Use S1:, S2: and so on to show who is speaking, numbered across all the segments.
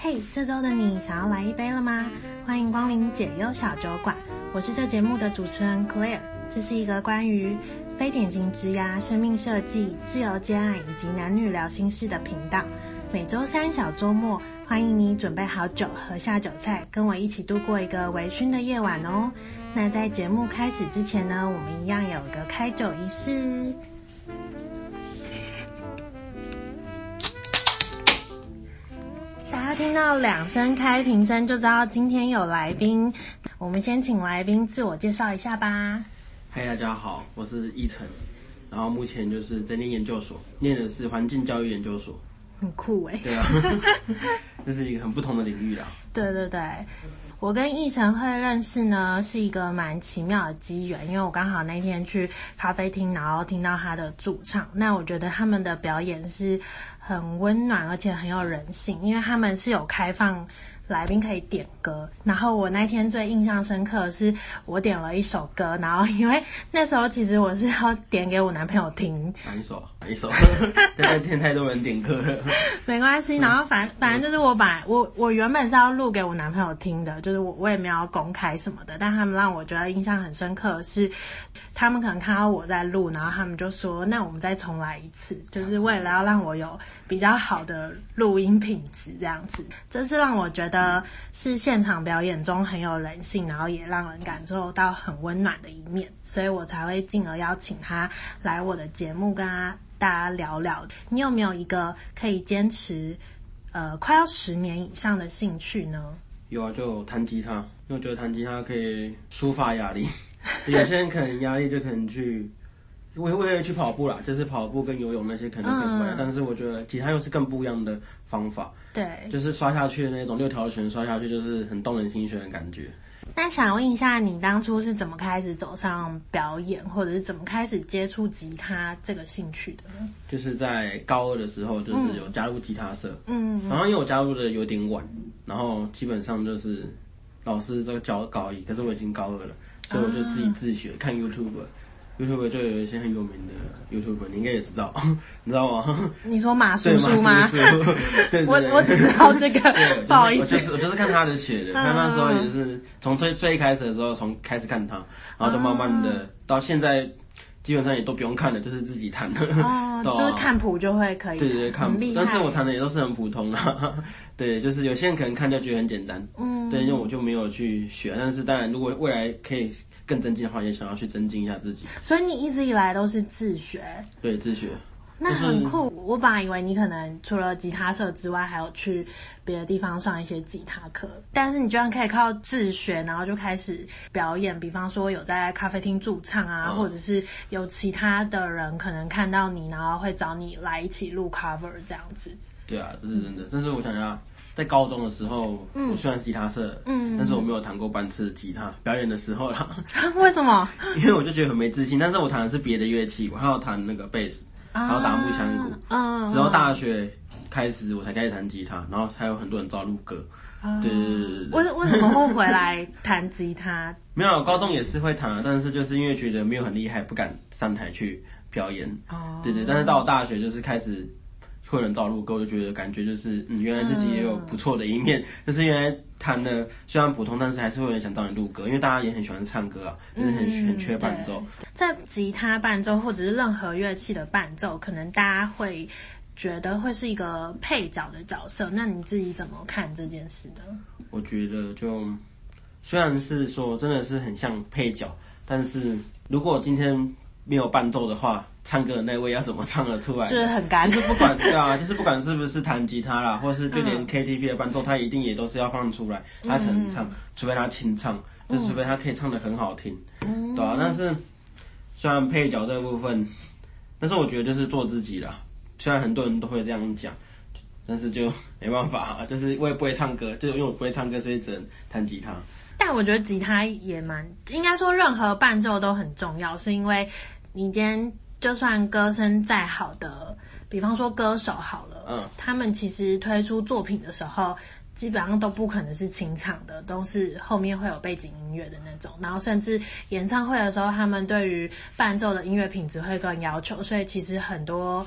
S1: 嘿，这周的你想要来一杯了吗？欢迎光临解忧小酒馆，我是这节目的主持人 Claire。这是一个关于非典型职涯、生命设计、自由接案以及男女聊心事的频道。每周三小周末，欢迎你准备好酒，喝下酒菜，跟我一起度过一个微醺的夜晚哦。那在节目开始之前呢，我们一样有个开酒仪式。大家听到2声开瓶声就知道今天有来宾，我们先请来宾自我介绍一下吧。
S2: 嗨，大家好，我是依晨，然后目前就是在念研究所，念的是环境教育研究所。
S1: 很酷欸。
S2: 对啊，这是一个很不同的领域啦。
S1: 对对对，我跟奕晨会认识呢，是一个蛮奇妙的机缘，因为我刚好那天去咖啡厅，然后听到他的驻唱，那我觉得他们的表演是很温暖，而且很有人性，因为他们是有开放来宾可以点歌，然后我那天最印象深刻的是我点了一首歌，然后因为那时候其实我是要点给我男朋友听。
S2: 哪一首？那天太多人点歌了。
S1: 没关系，然后反正就是我原本是要录给我男朋友听的，就是我也没有要公开什么的，但他们让我觉得印象很深刻的是，他们可能看到我在录，然后他们就说那我们再重来一次，就是为了要让我有比较好的录音品质这样子。这是让我觉得是现场表演中很有人性，然后也让人感受到很温暖的一面，所以我才会进而邀请他来我的节目跟大家聊聊。你有没有一个可以坚持快要10年以上的兴趣呢？
S2: 有啊，就弹吉他，因为我觉得弹吉他可以抒发压力。有些人可能压力就可能我也会去跑步啦，就是跑步跟游泳那些可能可以抒发压力，但是我觉得吉他又是更不一样的方法。
S1: 对，
S2: 就是刷下去的那种6条弦刷下去，就是很动人心弦的感觉。
S1: 那想问一下，你当初是怎么开始走上表演，或者是怎么开始接触吉他这个兴趣的呢？
S2: 就是在高2的时候，就是有加入吉他社。然后因为我加入的有点晚，然后基本上就是老师这个教高1，可是我已经高2了，所以我就自己自学看 YouTube 就有一些很有名的 YouTuber， 你应该也知道，你知道吗？
S1: 你说马叔叔吗？
S2: 对，
S1: 我只知道这个，不好意思。
S2: 我就是看他的写的，那时候也是从最开始的时候开始看他，然后就慢慢的到现在基本上也都不用看了，就是自己弹的。
S1: 就是看谱就会可以。
S2: 对，看谱，但是我弹的也都是很普通啦。对，就是有些人可能看就觉得很简单。对，因为我就没有去学，但是当然如果未来可以更增进的话，也想要去增进一下自己。
S1: 所以你一直以来都是自学？
S2: 对，自学。
S1: 那很酷。我本来以为你可能除了吉他社之外，还有去别的地方上一些吉他课，但是你居然可以靠自学，然后就开始表演。比方说有在咖啡厅驻唱啊，或者是有其他的人可能看到你，然后会找你来一起录 cover 这样子。
S2: 对啊，这是真的。但是我想要在高中的时候，我虽然是吉他社，但是我没有弹过半次吉他，表演的时候啦。
S1: 为什么？
S2: 因为我就觉得很没自信。但是我弹的是别的乐器，我还有弹那个贝斯。然后打木箱鼓，直到大学开始我才开始弹吉他，然后还有很多人找录歌。对。
S1: 为什么会回来弹吉他？
S2: 没有，高中也是会弹，但是就是因为觉得没有很厉害，不敢上台去表演。对，但是到了大学就是开始会有人找录歌，我就觉得感觉就是原来自己也有不错的一面，就是原来弹的虽然普通，但是还是会有人想找你录歌，因为大家也很喜欢唱歌啊，就是很缺伴奏。
S1: 在吉他伴奏或者是任何乐器的伴奏，可能大家会觉得会是一个配角的角色，那你自己怎么看这件事呢？
S2: 我觉得就虽然是说真的是很像配角，但是如果今天没有伴奏的话，唱歌的那位要怎么唱得出来？
S1: 就是很干，
S2: 就是不管对啊，就是不管是不是弹吉他啦，或是就连 KTV 的伴奏，他一定也都是要放出来，他才能唱，除非他清唱，就是除非他可以唱得很好听，对啊。但是虽然配角这个部分，但是我觉得就是做自己啦。虽然很多人都会这样讲，但是就没办法，就是我也不会唱歌，就是因为我不会唱歌，所以只能弹吉他。
S1: 但我觉得吉他也应该说任何伴奏都很重要，是因为你今天就算歌声再好的，比方说歌手好了，他们其实推出作品的时候，基本上都不可能是清唱的，都是后面会有背景音乐的那种，然后甚至演唱会的时候，他们对于伴奏的音乐品质会更要求，所以其实很多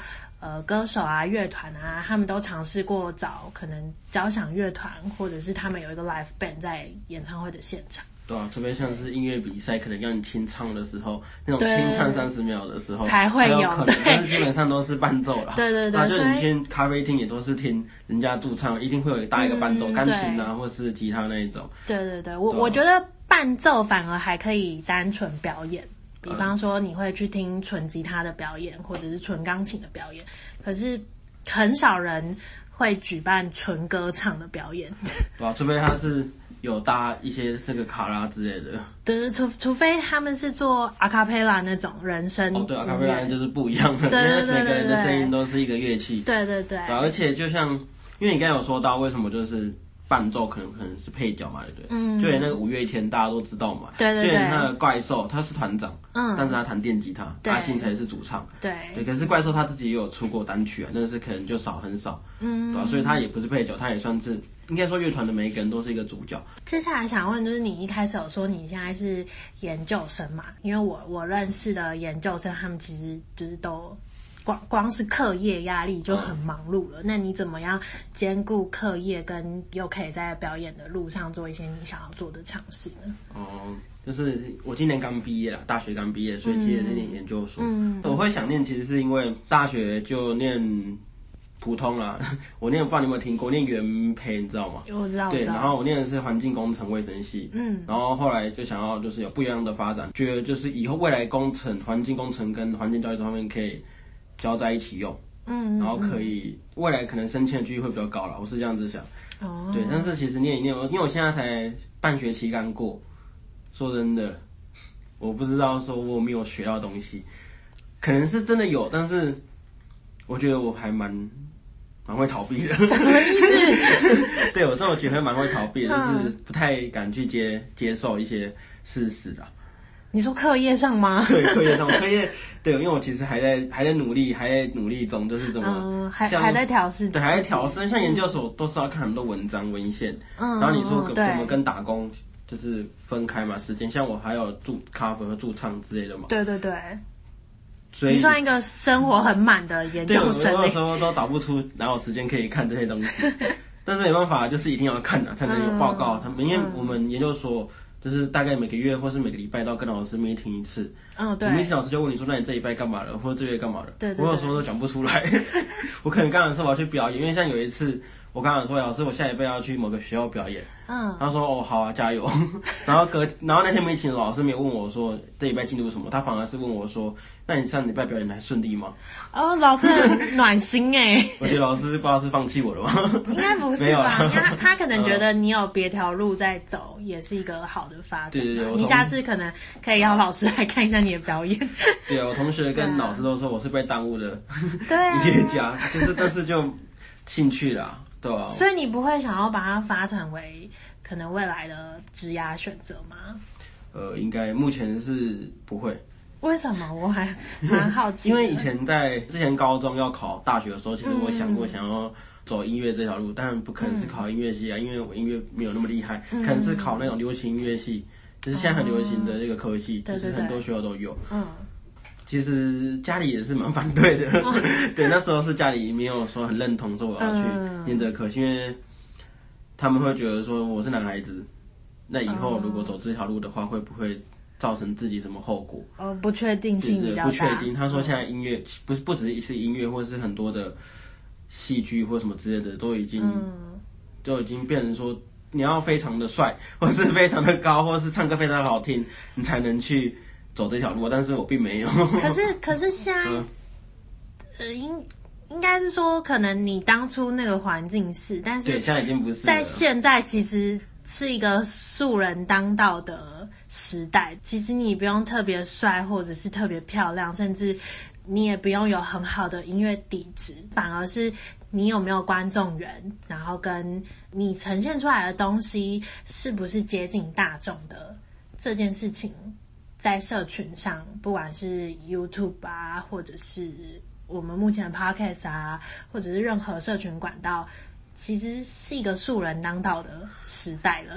S1: 歌手啊、乐团啊，他们都尝试过找可能交响乐团，或者是他们有一个 live band 在演唱会的现场。
S2: 对啊，除非像是音乐比赛，可能要你清唱的时候，那种清唱30秒的时候
S1: 才会有
S2: 可能，但是基本上都是伴奏啦。
S1: 对对对，
S2: 就你去咖啡厅也都是听人家驻唱，一定会有搭一个伴奏，钢琴啊，或是吉他那一种。
S1: 对对对，我觉得伴奏反而还可以单纯表演，比方说你会去听纯吉他的表演，或者是纯钢琴的表演，可是很少人会举办纯歌唱的表演。
S2: 对啊，除非他是有搭一些这个卡拉之类的，
S1: 对，除非他们是做阿卡贝拉那种人声。
S2: 对，阿卡贝拉就是不一样的，
S1: 对对对对，
S2: 因为每个人的声音都是一个乐器。
S1: 对对对。
S2: 而且就像，因为你刚才有说到，为什么就是伴奏可能是配角嘛，对不对？就连那个五月天大家都知道嘛，
S1: 对对对。
S2: 就连那个怪兽他是团长，但是他弹电吉他，阿信才是主唱，
S1: 对。
S2: 可是怪兽他自己也有出过单曲啊，但是可能就很少，对吧？所以他也不是配角，他也算是。应该说，乐团的每一个人都是一个主角。
S1: 接下来想问，就是你一开始有说你现在是研究生嘛？因为我认识的研究生，他们其实就是都光是课业压力就很忙碌了。那你怎么样兼顾课业跟又可以在表演的路上做一些你想要做的尝试呢？
S2: 就是我今年刚毕业啦，大学刚毕业，所以接着念研究所。我会想念，其实是因为大学就念。普通啦，我念不知道你有没有听过，念元培你知道吗？
S1: 我知道。
S2: 对，然后我念的是环境工程卫生系，然后后来就想要就是有不一样的发展，觉得就是以后未来工程、环境工程跟环境教育这方面可以交在一起用，然后可以未来可能升迁的几率会比较高啦，我是这样子想。对，但是其实念一念，因为我现在才半学期刚过，说真的，我不知道说我有没有学到东西，可能是真的有，但是我觉得我还蛮会逃避的。对，我这种觉得蛮会逃避的，就是不太敢去接受一些事实啦。
S1: 你说课业上吗？
S2: 对，课业上，对，因为我其实还在努力中，就是怎么
S1: 还在调试。
S2: 对，还在调试。像研究所都是要看很多文章文献，然后你说怎么跟打工就是分开嘛时间，像我还有驻咖啡和驻唱之类的嘛。
S1: 对对对。
S2: 所以
S1: 你算一个生活很满的研究生。
S2: 对，我有时候都找不出哪有时间可以看这些东西，但是没办法，就是一定要看才能有报告。因为我们研究所就是大概每个月或是每个礼拜都要跟老师 meeting 一次。
S1: 对。
S2: meeting 老师就问你说，那你这礼拜干嘛了，或者这月干嘛了？
S1: 对。
S2: 我有时候都讲不出来。我可能刚才说我要去表演，因为像有一次我刚才说老师，我下礼拜要去某个学校表演。他说好啊，加油。然后那天meeting老师没有问我说这礼拜进度什么，他反而是问我说，那你上礼拜表演还顺利吗？
S1: 老师很暖心
S2: 我觉得老师不知道是放弃我了吗？
S1: 应该不是吧？他可能觉得你有别条路在走，也是一个好的发展。
S2: 对，
S1: 你下次可能可以邀老师来看一下你的表演。
S2: 对啊，我同学跟老师都说我是被耽误的音乐家，但是就兴趣啦。对啊，
S1: 所以你不会想要把它发展为可能未来的职涯选择吗？
S2: 应该目前是不会。
S1: 为什么？我还蛮好奇。
S2: 因为以前之前高中要考大学的时候，其实我想过想要走音乐这条路，但不可能是考音乐系啊，因为我音乐没有那么厉害，可能是考那种流行音乐系，就是现在很流行的那个科系，就是很多学校都有。其实家里也是蛮反对的，对，那时候是家里没有说很认同说我要去念这个科系，因为他们会觉得说我是男孩子，那以后如果走这条路的话，会不会造成自己什么后果？
S1: 不确定性比较大。
S2: 不确定。他说现在音乐不只是音乐，或是很多的戏剧或什么之类的，都已经变成说你要非常的帅，或是非常的高，或是唱歌非常好听，你才能去走这条路，但是我并没有。
S1: 可是现在，应该是说，可能你当初那个环境是，但是
S2: 对，现在已经不是。
S1: 在现在其实是一个素人当道的时代，其实你不用特别帅，或者是特别漂亮，甚至你也不用有很好的音乐底子，反而是你有没有观众缘，然后跟你呈现出来的东西是不是接近大众的这件事情。在社群上，不管是 YouTube 啊，或者是我们目前的 Podcast 啊，或者是任何社群管道，其实是一个素人当道的时代了。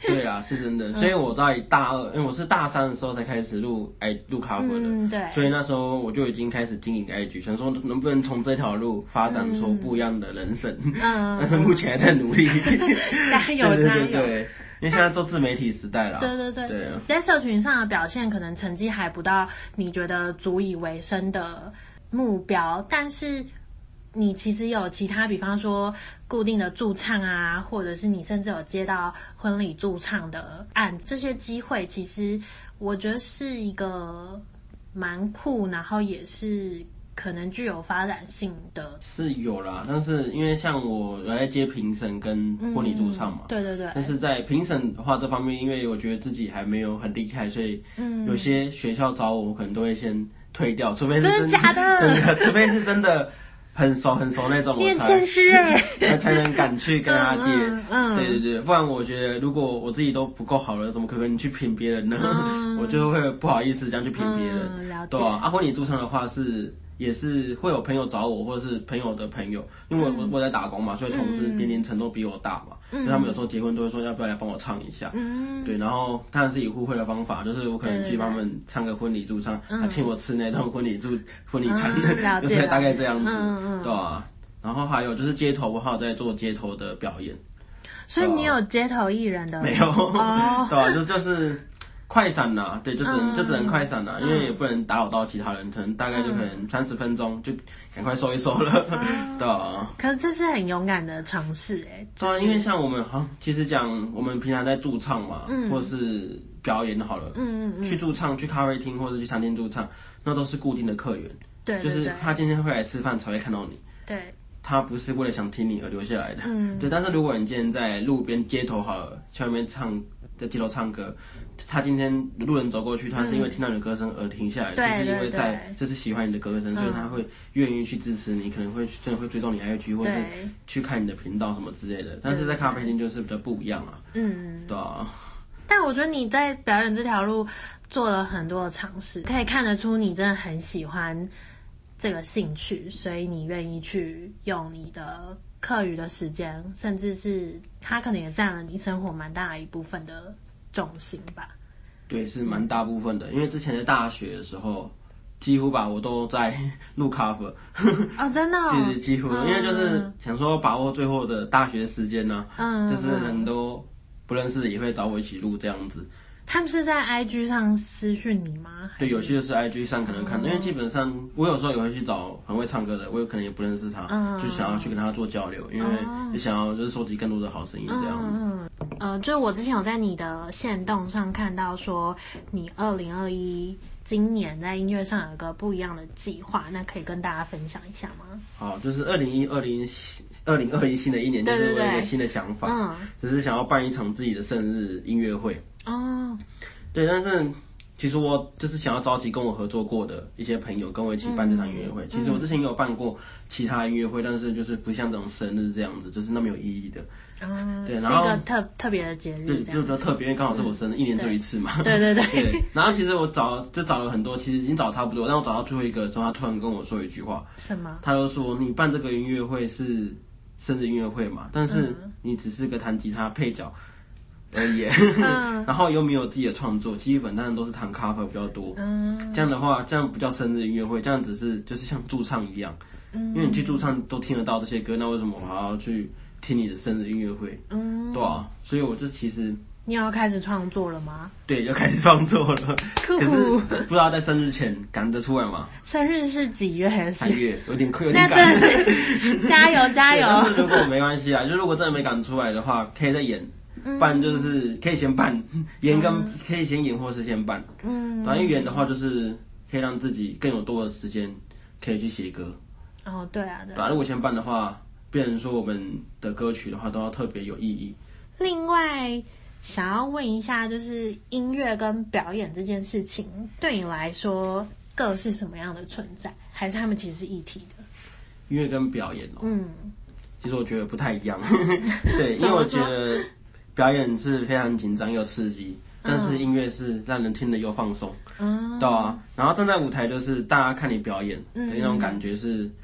S2: 对啦，是真的。所以我在大二，因为我是大三的时候才开始录 cover 的，
S1: 对。
S2: 所以那时候我就已经开始经营 IG， 想说能不能从这条路发展出不一样的人生。但是目前还在努力。
S1: 加油加油！
S2: 对，因为现在都自媒体时代了。
S1: 对，在社群上的表现可能成绩还不到你觉得足以为生的目标，但是你其实有其他，比方说固定的驻唱啊，或者是你甚至有接到婚礼驻唱的案，这些机会其实我觉得是一个蛮酷，然后也是可能具有发展性的。
S2: 是有啦，但是因为像我在接评审跟婚礼驻唱嘛，
S1: 对，
S2: 但是在评审的话这方面，因为我觉得自己还没有很厉害，所以有些学校找我可能都会先退掉，除非是
S1: 真的假的？
S2: 真的，除非是真的很熟那种，
S1: 我谦虚
S2: 才能敢去跟他接。对，不然我觉得如果我自己都不够好了，怎么可能去评别人呢？我就会不好意思这样去评别人。对啊，婚礼驻唱的话也是会有朋友找我，或者是朋友的朋友，因为我在打工嘛，所以同事年龄层都比我大嘛，所以他们有时候结婚都会说要不要来帮我唱一下。对，然后当然是以互惠的方法，就是我可能去帮他们唱个婚礼驻唱，他请我吃那顿婚礼餐，就是大概这样子，对啊。然后还有就是街头，我还有在做街头的表演。
S1: 所以你有街头艺人的？
S2: 没有，对啊，就是快闪啦，对，就只能快闪啦，因为也不能打扰到其他人，可能大概就可能30分钟就赶快收一收了，对啊。
S1: 可是这是很勇敢的尝试
S2: 对啊，因为像我们其实讲我们平常在驻唱嘛，或是表演好了，去驻唱、去咖啡厅或者去餐厅驻唱，那都是固定的客源，
S1: 对，
S2: 就是他今天会来吃饭才会看到你，
S1: 对。
S2: 他不是为了想听你而留下来的，对。但是如果你今天在路边街头好了，去外面在街头唱歌，他今天路人走过去，他是因为听到你的歌声而停下来，就是因为就是喜欢你的歌声，所以他会愿意去支持你，可能会真的会追踪你 IG 或者是去看你的频道什么之类的。但是在咖啡厅就是比较不一样啊，对啊。
S1: 但我觉得你在表演这条路做了很多的尝试，可以看得出你真的很喜欢这个兴趣，所以你愿意去用你的课余的时间，甚至是它可能也占了你生活蛮大一部分的重心吧。
S2: 对，是蛮大部分的，因为之前在大学的时候，几乎吧我都在录 cover。
S1: 真的
S2: 对，几乎，因为就是想说把握最后的大学时间呢，就是很多不认识的也会找我一起录这样子。
S1: 他们是在 IG 上私讯你吗？
S2: 对，有些就是 IG 上可能看，因为基本上我有时候也会去找很会唱歌的，我有可能也不认识他，就想要去跟他做交流，因为也想要就是收集更多的好声音这样子。
S1: 就是我之前有在你的限动上看到说，你2021今年在音乐上有一个不一样的计划，那可以跟大家分享一下吗？
S2: 好，就是2021新的一年，就是我有一个新的想法，就是想要办一场自己的生日音乐会。对，但是其实我就是想要召集跟我合作过的一些朋友跟我一起办这场音乐会。其实我之前也有办过其他音乐会，但是就是不像这种生日这样子，就是那么有意义的。对，然后
S1: 是一个特别的节日，
S2: 就比较特别，因为刚好是我生日，一年就一次嘛。
S1: 对。
S2: 然后其实我找了很多，其实已经找差不多，但我找到最后一个的时候，他突然跟我说一句话。
S1: 什么？
S2: 他就说：“你办这个音乐会是生日音乐会嘛，但是你只是个弹吉他配角而已，然后又没有自己的创作，基本当然都是弹 cover 比较多。这样的话，这样不叫生日音乐会，这样就是像驻唱一样。因为你去驻唱都听得到这些歌，那为什么我还要去听你的生日音乐会？对啊，所以我就其实
S1: 你要开始创作了吗？
S2: 对，要开始创作了。可是不知道在生日前赶得出来吗？生
S1: 日是几月还是
S2: ？3月，有点赶。
S1: 那真的是加油加油！
S2: 但是如果没关系啊，就如果真的没赶出来的话，可以再演。办就是可以先办演可以先演或是先办，然后演的话就是可以让自己更有多的时间可以去写歌。
S1: 对啊。
S2: 如果先办的话，变成说我们的歌曲的话都要特别有意义。
S1: 另外想要问一下，就是音乐跟表演这件事情对你来说各是什么样的存在，还是他们其实是一体的？
S2: 音乐跟表演其实我觉得不太一样。对，因为我觉得表演是非常紧张又刺激，但是音乐是让人听得又放松，对啊。然后站在舞台就是大家看你表演的那种感觉是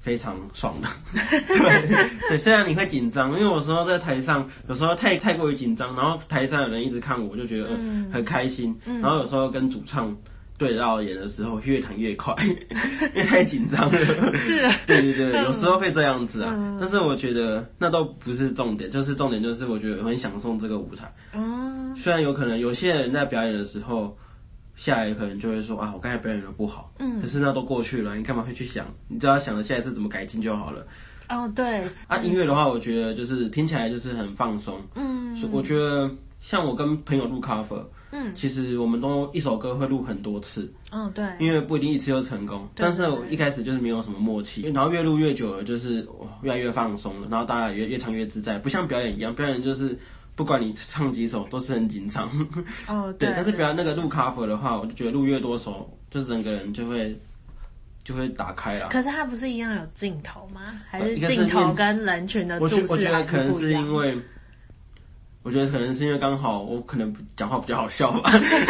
S2: 非常爽的。对，虽然你会紧张，因为有时候在台上，有时候太过于紧张，然后台上有人一直看我，就觉得很开心。然后有时候跟主唱对到眼的时候，越弹越快，因为太紧张了。
S1: 是，
S2: 对，有时候会这样子啊。但是我觉得那都不是重点，就是重点就是我觉得我很享受这个舞台。虽然有可能有些人在表演的时候。下来可能就会说啊，我刚才表演的不好，可是那都过去了，你干嘛会去想？你只要想着下一次怎么改进就好了。
S1: 对。
S2: 音乐的话，我觉得就是听起来就是很放松。所以我觉得像我跟朋友录 cover，其实我们都一首歌会录很多次。
S1: 对。
S2: 因为不一定一次就成功，但是我一开始就是没有什么默契，然后越录越久了，就是越来越放松了，然后大家也越唱越自在，不像表演一样，表演就是。不管你唱几首都是很紧张。对。但是比方那个录 cover 的话，我就觉得录越多首，就是整个人就会打开了。
S1: 可是它不是一样有镜头吗？还是镜头跟人群的注视还是不一样？
S2: 我觉得可能是因为刚好我可能讲话比较好笑吧。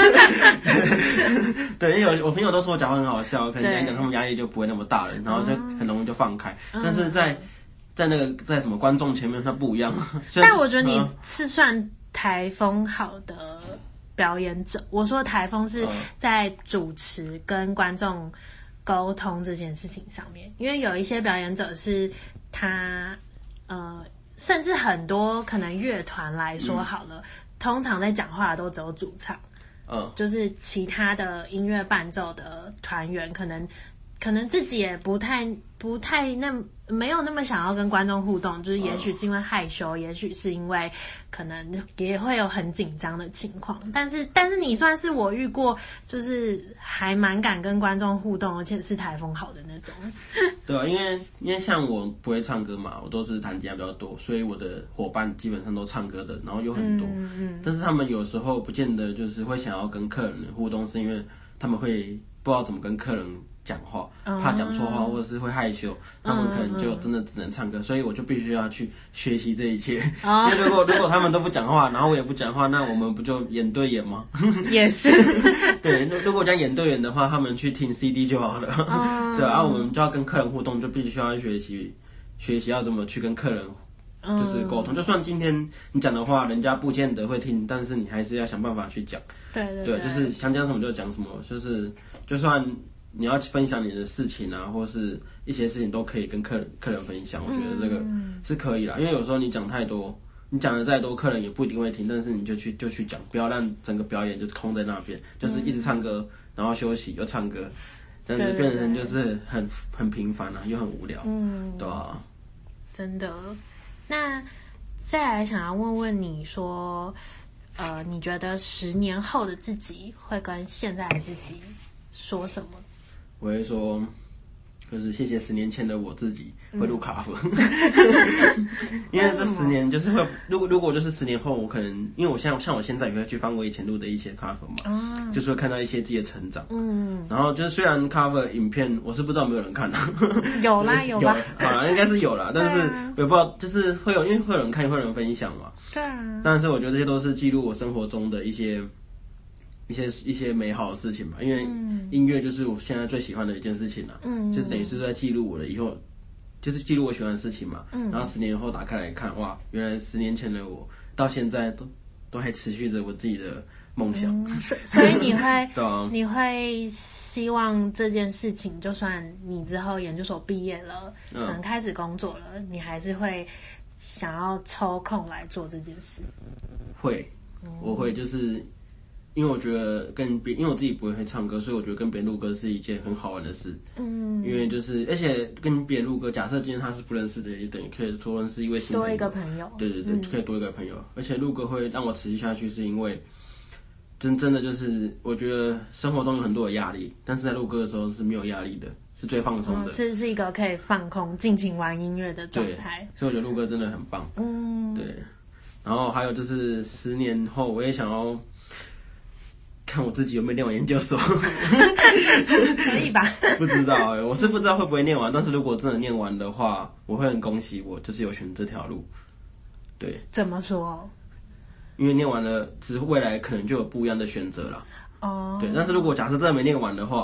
S2: 对，因为我朋友都说我讲话很好笑，可能讲他们压力就不会那么大了，然后就很容易就放开。但是在什么观众前面，它不一样。
S1: 但我觉得你是算台风好的表演者。我说台风是在主持跟观众沟通这件事情上面，因为有一些表演者是他甚至很多可能乐团来说好了，通常在讲话的都只有主唱，就是其他的音乐伴奏的团员可能自己也不太没有那么想要跟观众互动，就是也许是因为害羞，也许是因为可能也会有很紧张的情况。但是你算是我遇过，就是还蛮敢跟观众互动，而且是台风好的那种。
S2: 对啊，因为像我不会唱歌嘛，我都是弹吉他比较多，所以我的伙伴基本上都唱歌的，然后有很多。但是他们有时候不见得就是会想要跟客人互动，是因为他们会不知道怎么跟客人讲话，怕讲错话，或者是会害羞，他们可能就真的只能唱歌，所以我就必须要去学习这一切。因为如果他们都不讲话，然后我也不讲话，那我们不就演对眼吗？
S1: 也是。
S2: 对，如果讲演对眼的话，他们去听 CD 就好了。对啊，我们就要跟客人互动，就必须要学习要怎么去跟客人就是沟通。就算今天你讲的话，人家不见得会听，但是你还是要想办法去讲。对，就是想讲什么就讲什么，就算你要分享你的事情啊，或是一些事情都可以跟客人分享，我觉得这个是可以啦。因为有时候你讲太多，你讲的再多，客人也不一定会听，但是你就去讲，不要让整个表演就空在那边，就是一直唱歌，然后休息又唱歌，这样子变成就是很平凡啊，又很无聊。对啊。
S1: 真的。那再来想要问问你说，你觉得10年后的自己会跟现在的自己说什么？
S2: 我会说，就是谢谢10年前的我自己会录卡夫。因为这10年就是会，如果就是10年后，我可能因为我像我现在也会去翻我以前录的一些 cover 嘛，就是会看到一些自己的成长。然后就是虽然 cover 影片我是不知道有没有人看啊，
S1: 有啦有吧，
S2: 好啦，应该是有啦，但是我也不知道，就是因为会有人看，会有人分享嘛。
S1: 对啊。
S2: 但是我觉得这些都是记录我生活中的一些美好的事情吧，因为音乐就是我现在最喜欢的一件事情啦，就是等于是在记录我的以后，就是记录我喜欢的事情嘛。然后10年后打开来看，哇，原来10年前的我到现在都还持续着我自己的梦想。
S1: 所以你会
S2: 对啊，
S1: 你会希望这件事情，就算你之后研究所毕业了，可能开始工作了，你还是会想要抽空来做这件事？
S2: 会，我会就是。因为我觉得因为我自己不会唱歌，所以我觉得跟别人录歌是一件很好玩的事。因为而且跟别人录歌，假设今天他是不认识的，也等于可以多认识一位新朋友，
S1: 多一个朋友。
S2: 对，可以多一个朋友。而且录歌会让我持续下去，是因为真的就是我觉得生活中有很多的压力，但是在录歌的时候是没有压力的，是最放松的，
S1: 是一个可以放空、尽情玩音乐的状态。
S2: 所以我觉得录歌真的很棒。对。然后还有就是10年后，我也想要。看我自己有没有念完研究所。
S1: 可以吧？
S2: 不知道我是不知道会不会念完，但是如果真的念完的话，我会很恭喜我，就是有选这条路。对。
S1: 怎么说？
S2: 因为念完了，未来可能就有不一样的选择了。对。但是如果假设真的没念完的话，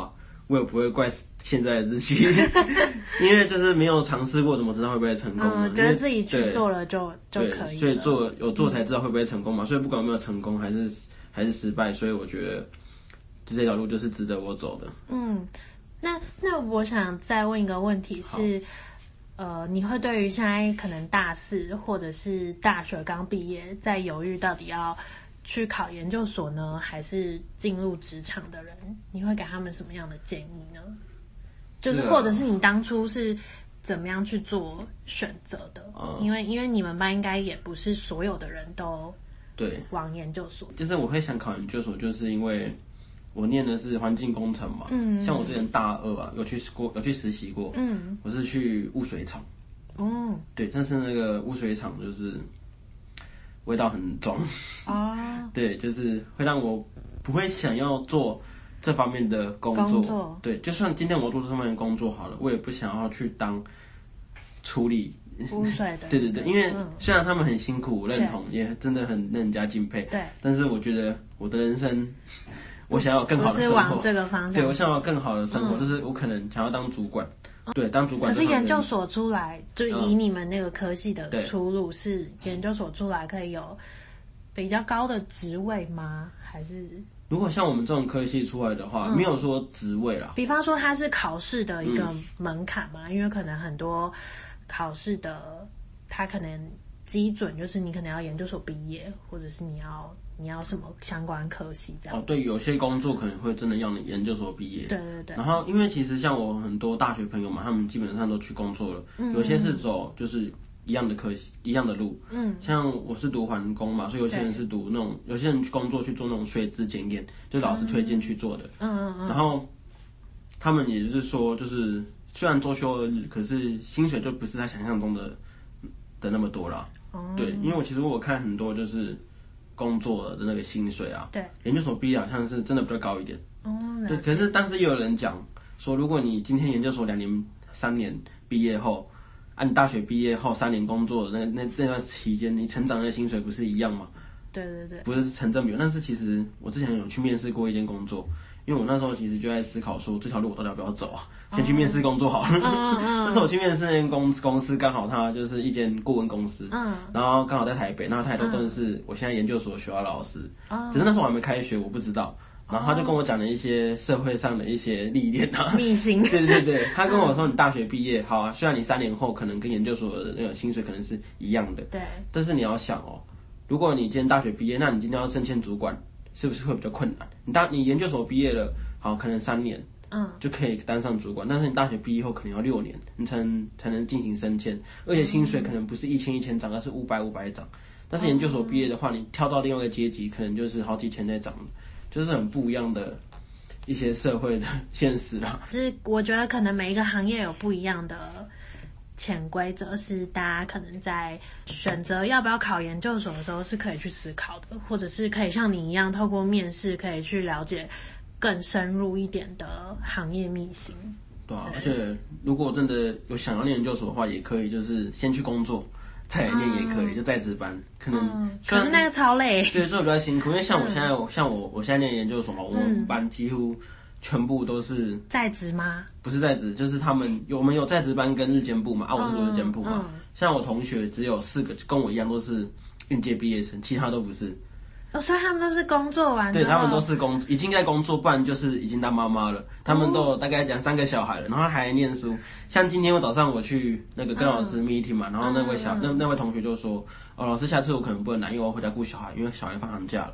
S2: 我也不会怪现在的自己，因为就是没有尝试过，怎么知道会不会成功呢？
S1: 觉得自己去做了就可以了，
S2: 所以有做才知道会不会成功嘛。所以不管有没有成功，还是失败，所以我觉得这条路就是值得我走的。
S1: 那我想再问一个问题是，你会对于现在可能大4或者是大学刚毕业，在犹豫到底要去考研究所呢，还是进入职场的人，你会给他们什么样的建议呢？就是或者是你当初是怎么样去做选择的？因为你们班应该也不是所有的人都对往研究所。
S2: 就是我会想考研究所，就是因为我念的是环境工程嘛，像我之前大2啊，有去实习过，我是去污水厂，对，但是那个污水厂就是味道很重，对，就是会让我不会想要做这方面的工作，对，就算今天我做这方面的工作好了，我也不想要去当处理
S1: 污水的，
S2: 对，因为虽然他们很辛苦，我认同，也真的很让人家敬佩，对，但是我觉得我的人生。我想要有更好的生活，
S1: 不是往这个方向。
S2: 对，我想要有更好的生活，就是我可能想要当主管，对，当主管。
S1: 可是研究所出来，就以你们那个科系的出路，是研究所出来可以有比较高的职位吗？还是
S2: 如果像我们这种科系出来的话，没有说职位啦。
S1: 比方说，它是考试的一个门槛嘛，因为可能很多考试的，它可能基准就是你可能要研究所毕业，或者是你要什么相关科系这样。
S2: 对，有些工作可能会真的要你研究所毕业。
S1: 对。
S2: 然后，因为其实像我很多大学朋友嘛，他们基本上都去工作了，有些是走就是一样的科系、一样的路。像我是读环工嘛，所以有些人是读那种，有些人去工作去做那种水质检验，就老师推荐去做的。然后他们也就是说，就是虽然周休2日，可是薪水就不是他想象中的那么多啦。对，因为我看很多就是工作的那个薪水啊，对，研究所毕业好像是真的比较高一点。对，可是但是也有人讲说，如果你今天研究所2年、3年毕业后，你大学毕业后3年工作的那段期间，你成长的薪水不是一样吗？对，不是成正比。但是其实我之前有去面试过一间工作，因为我那时候其实就在思考说，这条路我到底要不要走啊？先去面试工作好了。但是我去面试那间公司，刚好它就是一间顾问公司，然后刚好在台北，然后他也都认识我现在研究所学校老师，只是那时候我还没开学，我不知道。然后他就跟我讲了一些社会上的一些历练啊，
S1: 秘辛。
S2: 对，他跟我说，你大学毕业好啊，虽然你3年后可能跟研究所的那个薪水可能是一样的，对，但是你要想哦，如果你今天大学毕业，那你今天要升迁主管，是不是会比较困难？你研究所毕业了，好，可能3年，就可以当上主管，但是你大学毕业后可能要6年，你才能进行升迁，而且薪水可能不是1000涨，而是500涨。但是研究所毕业的话，你跳到另外一个阶级，可能就是好几千在涨，就是很不一样的一些社会的现实啦。
S1: 就是我觉得可能每一个行业有不一样的潜规则，是大家可能在选择要不要考研究所的时候是可以去思考的，或者是可以像你一样透过面试可以去了解更深入一点的行业秘辛。
S2: 对啊，而且如果真的有想要念研究所的话，也可以就是先去工作。再来念也可以，就在职班，可
S1: 是那个超累，
S2: 对，所以比较辛苦。因为像我现在，我现在念研究所嘛，我们班几乎全部都是
S1: 在职吗？
S2: 不是在职，就是我们有在职班跟日间部嘛，我是读日间部嘛。像我同学只有4个跟我一样都是应届毕业生，其他都不是。
S1: 所以他们都是工作完之后，
S2: 对，他们都是已经在工作，不然就是已经当妈妈了。他们都有大概2-3个小孩了，然后还念书。像今天早上我去那个跟老师 meeting 嘛，然后那位同学就说：“老师，下次我可能不能来，因为我要回家顾小孩，因为小孩放寒假了。”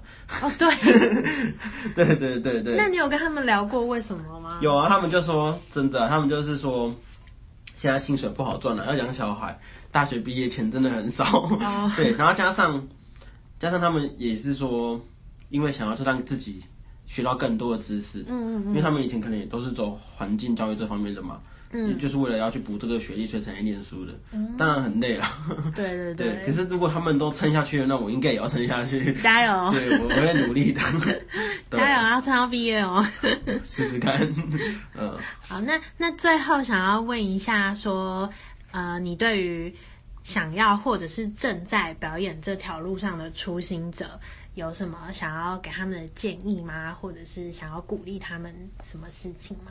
S2: 对，对。
S1: 那你有跟他们聊过为什么吗？
S2: 有啊，他们就说真的，他们就是说现在薪水不好赚了，要养小孩，大学毕业钱真的很少。对，然后加上他们也是说，因为想要让自己学到更多的知识，因为他们以前可能也都是走环境教育这方面的嘛，也就是为了要去补这个学历，所以才来念书的，当然很累啦。
S1: 对。
S2: 可是如果他们都撑下去了，那我应该也要撑下去。
S1: 加油！
S2: 对，我会努力的。
S1: 加油，要撑到毕业哦。
S2: 试试看。
S1: 好，那最后想要问一下说，你对于想要或者是正在表演这条路上的初心者，有什么想要给他们的建议吗？或者是想要鼓励他们什么事情吗？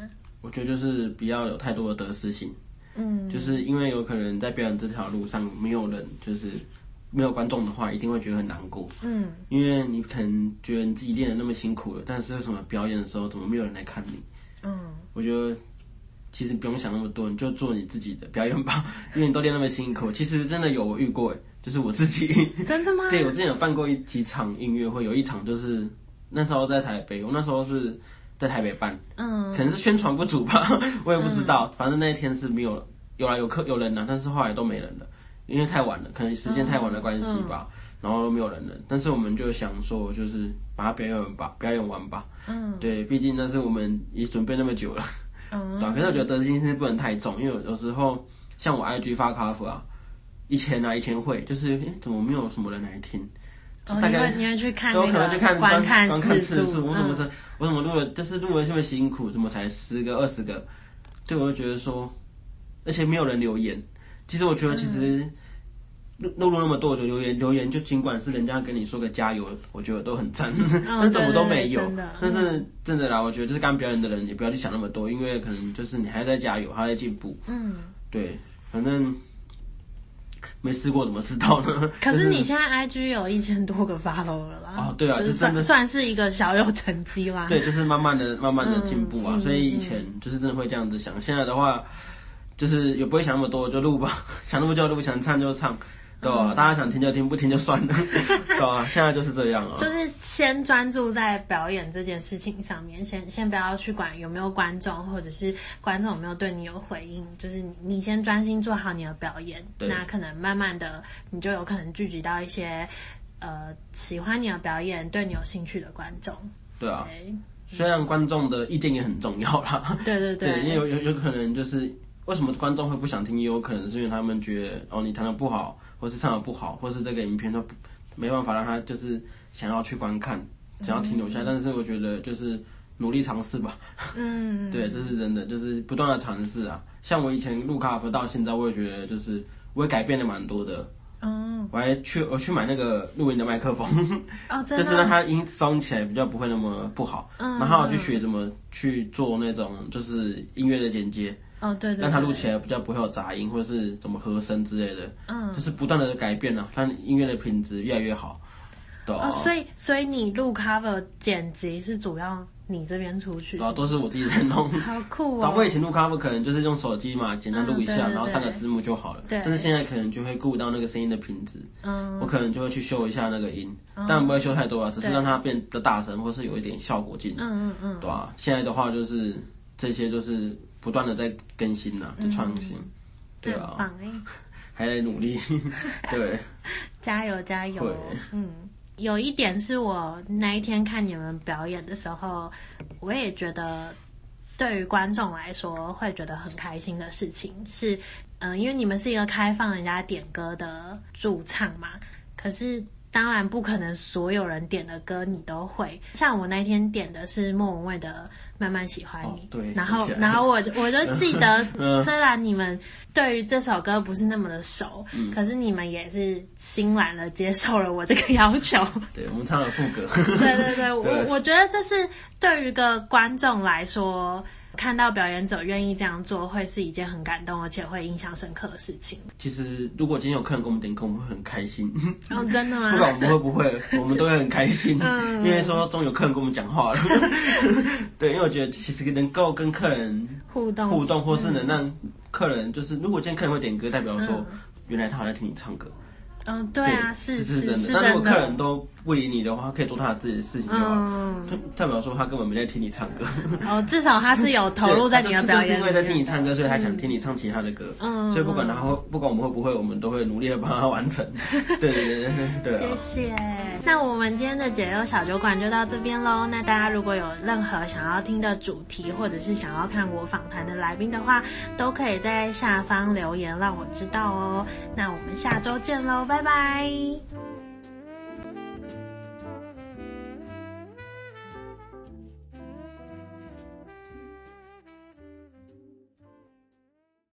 S2: 我觉得就是不要有太多的得失心。就是因为有可能在表演这条路上没有人，就是没有观众的话，一定会觉得很难过。因为你可能觉得你自己练得那么辛苦了，但是为什么表演的时候怎么没有人来看你？我觉得其实不用想那么多，你就做你自己的表演吧，因为你都练那么辛苦。其实真的有我遇过，就是我自己。
S1: 真的吗？
S2: 对，我之前有办过几场音乐会，有一场就是那时候在台北，我那时候是在台北办，可能是宣传不足吧，我也不知道。反正那一天是没有有人了，但是后来都没人了，因为太晚了，可能时间太晚的关系吧，然后都没有人了。但是我们就想说，就是把它表演完吧。对，毕竟那是我们也准备那么久了。对啊，可是我觉得得失心是不能太重，因为有时候像我 IG 发 cover 啊，以前会就是怎么没有什么人来听，
S1: 大概你会去看那个
S2: 可能去看
S1: 观看
S2: 次数，我怎么录了这么辛苦，怎么才10个20个？对，我就觉得说，而且没有人留言。其实我觉得其实录那么多的留言就尽管是人家跟你说个加油，我觉得都很赞，但是怎么都没有。但是真的啦，我觉得就是刚表演的人也不要去想那么多，因为可能就是你还在加油，还在进步。对，反正没试过怎么知道呢？
S1: 可是你现在 IG 有1000多个 follow 了啦。
S2: 对啊，
S1: 就是算是一个小有成绩啦。
S2: 对，就是慢慢的进步啊。所以以前就是真的会这样子想，现在的话就是也不会想那么多，就录吧，想录就录，想唱就唱。对啊，大家想听就听，不听就算了。对啊，现在就是这样啊。
S1: 就是先专注在表演这件事情上面，先不要去管有没有观众，或者是观众有没有对你有回应，就是你先专心做好你的表演，那可能慢慢的你就有可能聚集到一些喜欢你的表演、对你有兴趣的观众。
S2: 对啊，虽然观众的意见也很重要啦。对，因为有可能就是为什么观众会不想听，也有可能是因为他们觉得你弹得不好，或是唱得不好，或是这个影片都没办法让他就是想要去观看，想要停留下来。但是我觉得就是努力尝试吧。对，这是真的，就是不断的尝试啊。像我以前录cover到现在，我也觉得就是我也改变了蛮多的。我去买那个录音的麦克风，就是让它音收起来比较不会那么不好。然后我去学怎么去做那种就是音乐的剪接。
S1: 对，
S2: 让它录起来比较不会有杂音，或是怎么和声之类的。就是不断的改变了，让音乐的品质越来越好。对啊。
S1: 所以你录 cover 剪辑是主要你这边出去？
S2: 对啊，都是我自己在弄。
S1: 好酷哦！
S2: 我以前录 cover 可能就是用手机嘛，简单录一下，然后上个字幕就好了。但是现在可能就会顾到那个声音的品质。我可能就会去修一下那个音，当然不会修太多啊，只是让它变得大声，或是有一点效果进。对啊，现在的话就是这些都是不断的在更新啊，在创新。对啊。
S1: 很棒欸。
S2: 还在努力。对。
S1: 加油！有一点是我那一天看你们表演的时候，我也觉得对于观众来说会觉得很开心的事情是，因为你们是一个开放人家点歌的驻唱嘛，可是当然不可能所有人点的歌你都会。像我那天点的是莫文蔚的《慢慢喜欢你》，
S2: 对，
S1: 然后我就记得，虽然你们对于这首歌不是那么的熟，可是你们也是欣然的接受了我这个要求。
S2: 对，我们唱了副歌。
S1: 对，我觉得这是对于一个观众来说，看到表演者愿意这样做，会是一件很感动而且会印象深刻的事情。
S2: 其实如果今天有客人给我们点歌，我们会很开心。
S1: 真的吗？
S2: 不管我们会不会，我们都会很开心。因为说终于有客人跟我们讲话了。对，因为我觉得其实能够跟客人互动，或是能让客人就是，如果今天客人会点歌，代表说原来他还在听你唱歌。
S1: 对啊，是
S2: 真的。那如果客人都不理你的话，可以做他自己的事情就好了，就代表说他根本没在听你唱歌。
S1: 至少他是有投入在你的表演里面。
S2: 就是因为在听你唱歌，所以他想听你唱其他的歌。所以不管我们会不会，我们都会努力的帮他完成。对。
S1: 谢谢。那我们今天的解忧小酒馆就到这边咯。那大家如果有任何想要听的主题，或者是想要看我访谈的来宾的话，都可以在下方留言让我知道哦。那我们下周见咯，拜拜。